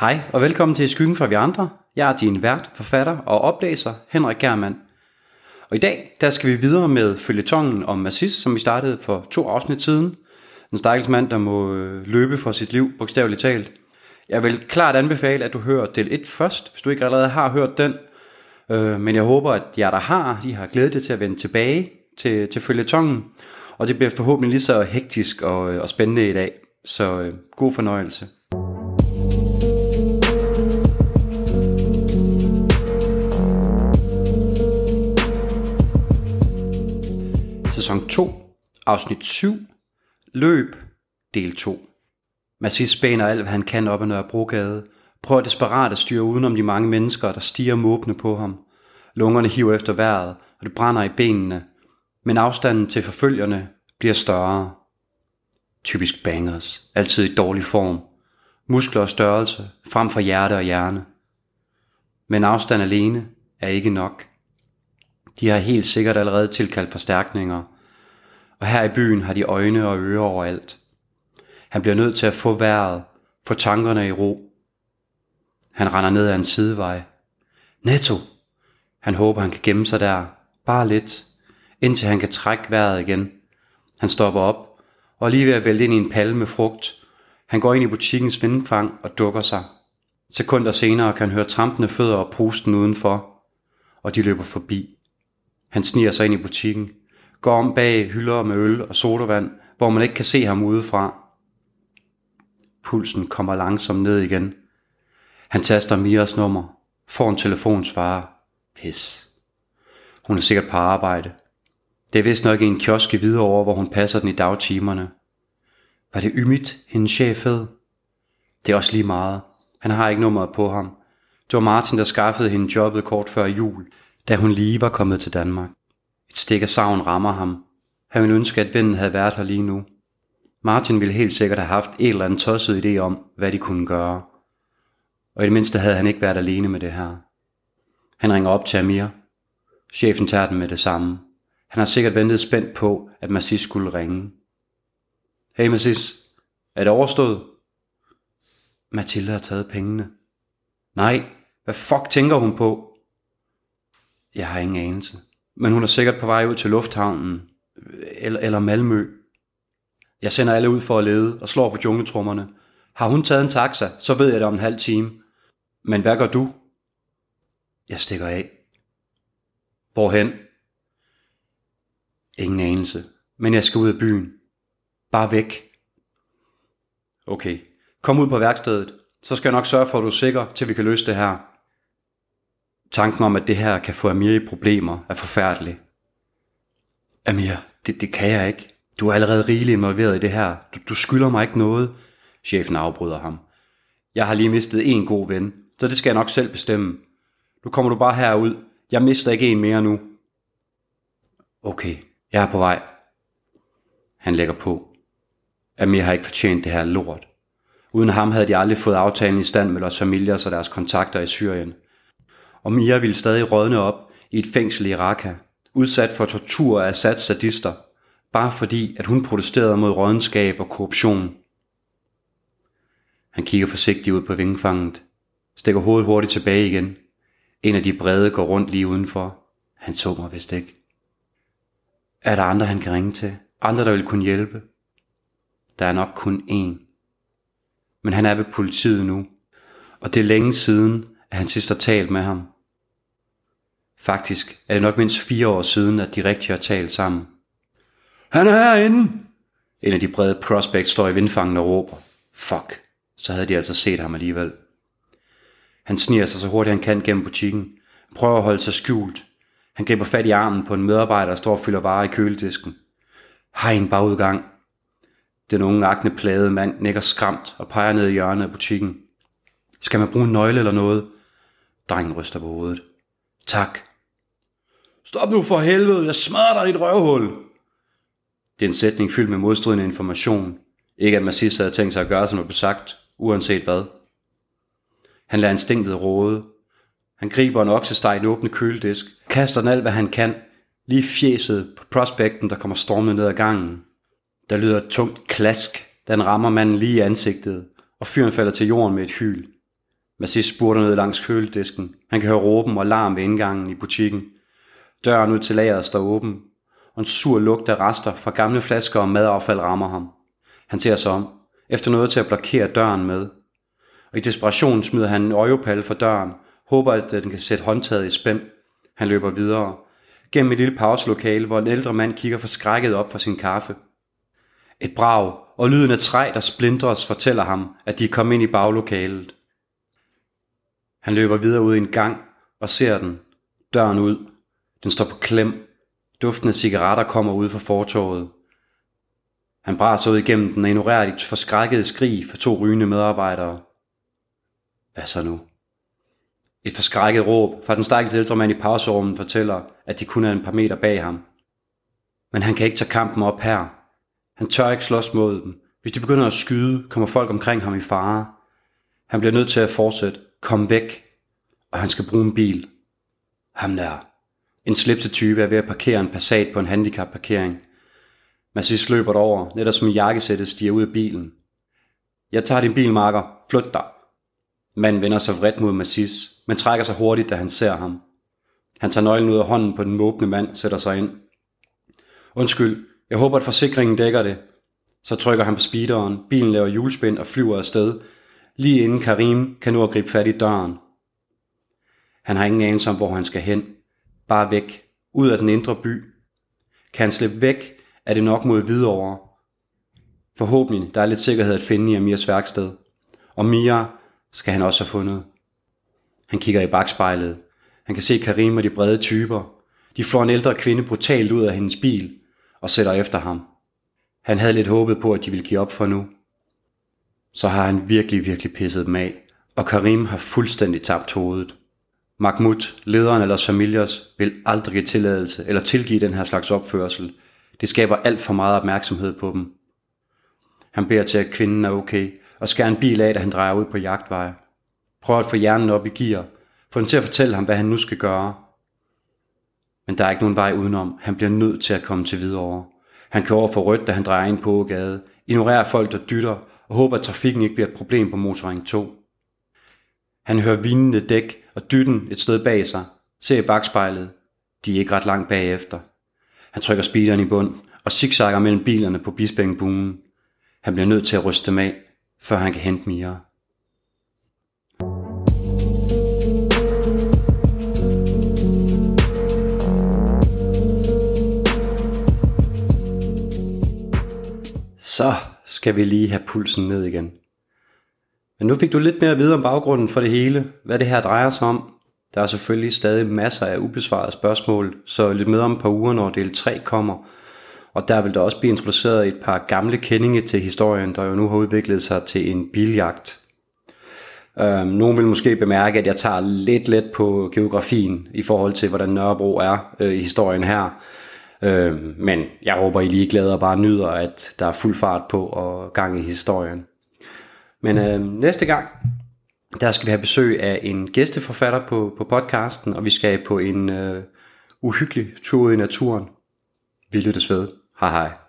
Hej og velkommen til Skyggen fra vi andre. Jeg er din vært, forfatter og oplæser, Henrik Germann. Og i dag, der skal vi videre med føljetongen om Aziz, som vi startede for 2 afsnit siden. En stakkels mand, der må løbe for sit liv, bogstaveligt talt. Jeg vil klart anbefale, at du hører del 1 først, hvis du ikke allerede har hørt den. Men jeg håber, at jer, der har, de har glædet jer til at vende tilbage til føljetongen. Og det bliver forhåbentlig lige så hektisk og spændende i dag. Så god fornøjelse. Sæson 2, afsnit 7, Løb, del 2. Aziz spænder alt, hvad han kan op ad Nørrebrogade. Prøver desperat at styre udenom de mange mennesker, der stiger måbne på ham. Lungerne hiver efter vejret, og det brænder i benene. Men afstanden til forfølgerne bliver større. Typisk bangers, altid i dårlig form. Muskler og størrelse, frem for hjerte og hjerne. Men afstand alene er ikke nok. De har helt sikkert allerede tilkaldt forstærkninger. Og her i byen har de øjne og ører overalt. Han bliver nødt til at få vejret, få tankerne i ro. Han render ned ad en sidevej. Netto! Han håber, han kan gemme sig der. Bare lidt. Indtil han kan trække vejret igen. Han stopper op og er lige ved at vælte ind i en palle med frugt. Han går ind i butikkens vindfang og dukker sig. Sekunder senere kan han høre trampende fødder og pusten udenfor. Og de løber forbi. Han sniger sig ind i butikken. Går om bag hylder med øl og sodavand, hvor man ikke kan se ham udefra. Pulsen kommer langsomt ned igen. Han taster Miras nummer. Får en telefonsvarer. Pis. Hun er sikkert på arbejde. Det er vist nok i en kiosk i Hvidovre, hvor hun passer den i dagtimerne. Var det Ymit, hendes chef hed? Det er også lige meget. Han har ikke nummeret på ham. Det var Martin, der skaffede hende jobbet kort før jul, da hun lige var kommet til Danmark. Et stik af savn rammer ham. Han ville ønske, at vennen havde været her lige nu. Martin ville helt sikkert have haft en eller anden tosset idé om, hvad de kunne gøre. Og i det mindste havde han ikke været alene med det her. Han ringer op til Amir. Chefen tager den med det samme. Han har sikkert ventet spændt på, at Aziz skulle ringe. Hey Aziz, er det overstået? Mathilde har taget pengene. Nej, hvad fuck tænker hun på? Jeg har ingen anelse. Men hun er sikkert på vej ud til lufthavnen. Eller Malmø. Jeg sender alle ud for at lede og slår på jungletrummerne. Har hun taget en taxa, så ved jeg det om en halv time. Men hvad gør du? Jeg stikker af. Hvorhen? Ingen anelse. Men jeg skal ud af byen. Bare væk. Okay. Kom ud på værkstedet. Så skal jeg nok sørge for, at du er sikker, til vi kan løse det her. Tanken om, at det her kan få Amir i problemer, er forfærdelig. Amir, det kan jeg ikke. Du er allerede rigeligt involveret i det her. Du skylder mig ikke noget. Chefen afbryder ham. Jeg har lige mistet en god ven, så det skal jeg nok selv bestemme. Nu kommer du bare herud. Jeg mister ikke en mere nu. Okay, jeg er på vej. Han lægger på. Amir har ikke fortjent det her lort. Uden ham havde de aldrig fået aftalen i stand med Los Familias og deres kontakter i Syrien. Og Mia ville stadig rådne op i et fængsel i Raqqa, udsat for tortur af Assads sadister, bare fordi, at hun protesterede mod rådenskab og korruption. Han kigger forsigtigt ud på vingfanget, stikker hovedet hurtigt tilbage igen. En af de brede går rundt lige udenfor. Han så mig vist ikke. Er der andre, han kan ringe til? Andre, der vil kunne hjælpe? Der er nok kun én. Men han er ved politiet nu, og det er længe siden, at han sidst har talt med ham. Faktisk er det nok mindst 4 år siden, at de rigtig har talt sammen. Han er herinde! En af de brede prospects står i vindfangen og råber. Fuck, så havde de altså set ham alligevel. Han sniger sig så hurtigt han kan gennem butikken. Prøver at holde sig skjult. Han griber fat i armen på en medarbejder, der står og fylder varer i køledisken. Har en bagudgang. Den unge akne plagede mand nikker skræmt og peger ned i hjørnet af butikken. Skal man bruge en nøgle eller noget? Drengen ryster på hovedet. Tak. Stop nu for helvede, jeg smadrer dig i et røvhul. Det er en sætning fyldt med modstridende information. Ikke at Aziz havde tænkt sig at gøre, som det blev sagt, uanset hvad. Han lader instinktet råde. Han griber en oksesteg i den åbne køledisk, kaster den alt, hvad han kan, lige fjeset på prospekten, der kommer stormende ned ad gangen. Der lyder et tungt klask, da den rammer manden lige i ansigtet, og fyren falder til jorden med et hyl. Massis spurter ned langs køledisken. Han kan høre råben og larm ved indgangen i butikken. Døren ud til lageret står åben, og en sur lugt af rester fra gamle flasker og madaffald rammer ham. Han ser sig om, efter noget til at blokere døren med. Og i desperation smider han en øjepalle for døren, håber at den kan sætte håndtaget i spænd. Han løber videre, gennem et lille pauselokale, hvor en ældre mand kigger forskrækket op for sin kaffe. Et brag og lyden af træ, der splindres, fortæller ham, at de er kommet ind i baglokalet. Han løber videre ud i en gang og ser den. Døren ud. Den står på klem. Duften af cigaretter kommer ud fra fortovet. Han braser ud igennem den og ignorerer de forskrækkede skrig for 2 rygende medarbejdere. Hvad så nu? Et forskrækket råb fra den stakkels ældre mand i pauserummet fortæller, at de kun er et par meter bag ham. Men han kan ikke tage kampen op her. Han tør ikke slås mod dem. Hvis de begynder at skyde, kommer folk omkring ham i fare. Han bliver nødt til at fortsætte. Kom væk. Og han skal bruge en bil. Ham der. En slipset type er ved at parkere en Passat på en handicapparkering. Massis løber derover, netop som jakkesættet stiger ud af bilen. Jeg tager din bil, makker. Flyt dig. Manden vender sig vredt mod Massis, men trækker sig hurtigt, da han ser ham. Han tager nøglen ud af hånden på den måbne mand, sætter sig ind. Undskyld, jeg håber, at forsikringen dækker det. Så trykker han på speederen, bilen laver hjulspind og flyver afsted, lige inden Karim kan nå at gribe fat i døren. Han har ingen anelse om, hvor han skal hen. Bare væk, ud af den indre by. Kan han slippe væk, er det nok mod Hvidovre. Forhåbentlig, der er lidt sikkerhed at finde i Amirs værksted. Og Mia skal han også have fundet. Han kigger i bagspejlet. Han kan se Karim og de brede typer. De flår en ældre kvinde brutalt ud af hendes bil og sætter efter ham. Han havde lidt håbet på, at de ville give op for nu. Så har han virkelig pisset dem af, og Karim har fuldstændig tabt hovedet. Mahmoud, lederen af Los Familias, vil aldrig give tilladelse eller tilgive den her slags opførsel. Det skaber alt for meget opmærksomhed på dem. Han beder til, at kvinden er okay, og skærer en bil af, da han drejer ud på jagtvej. Prøver at få hjernen op i gear, få den til at fortælle ham, hvad han nu skal gøre. Men der er ikke nogen vej udenom. Han bliver nødt til at komme til Hvidovre. Han kører over for rødt, da han drejer ind på gade, ignorerer folk, der dytter, og håber, at trafikken ikke bliver et problem på motorring 2. Han hører vinende dæk og dytten et sted bag sig, ser i bagspejlet. De er ikke ret langt bagefter. Han trykker speederen i bund og zigzagger mellem bilerne på Bispeengbuen. Han bliver nødt til at ryste dem af, før han kan hente Mia. Så skal vi lige have pulsen ned igen. Men nu fik du lidt mere at vide om baggrunden for det hele, hvad det her drejer sig om. Der er selvfølgelig stadig masser af ubesvarede spørgsmål, så lidt med om et par uger, når del 3 kommer. Og der vil der også blive introduceret et par gamle kendinge til historien, der jo nu har udviklet sig til en biljagt. Nogen vil måske bemærke, at jeg tager lidt let på geografien i forhold til, hvordan Nørrebro er i historien her. Men jeg håber, I lige glæder og bare nyder, at der er fuld fart på og gang i historien. Men næste gang, der skal vi have besøg af en gæsteforfatter på podcasten, og vi skal på en uhyggelig tur i naturen. Vi lyttes ved. Hej hej.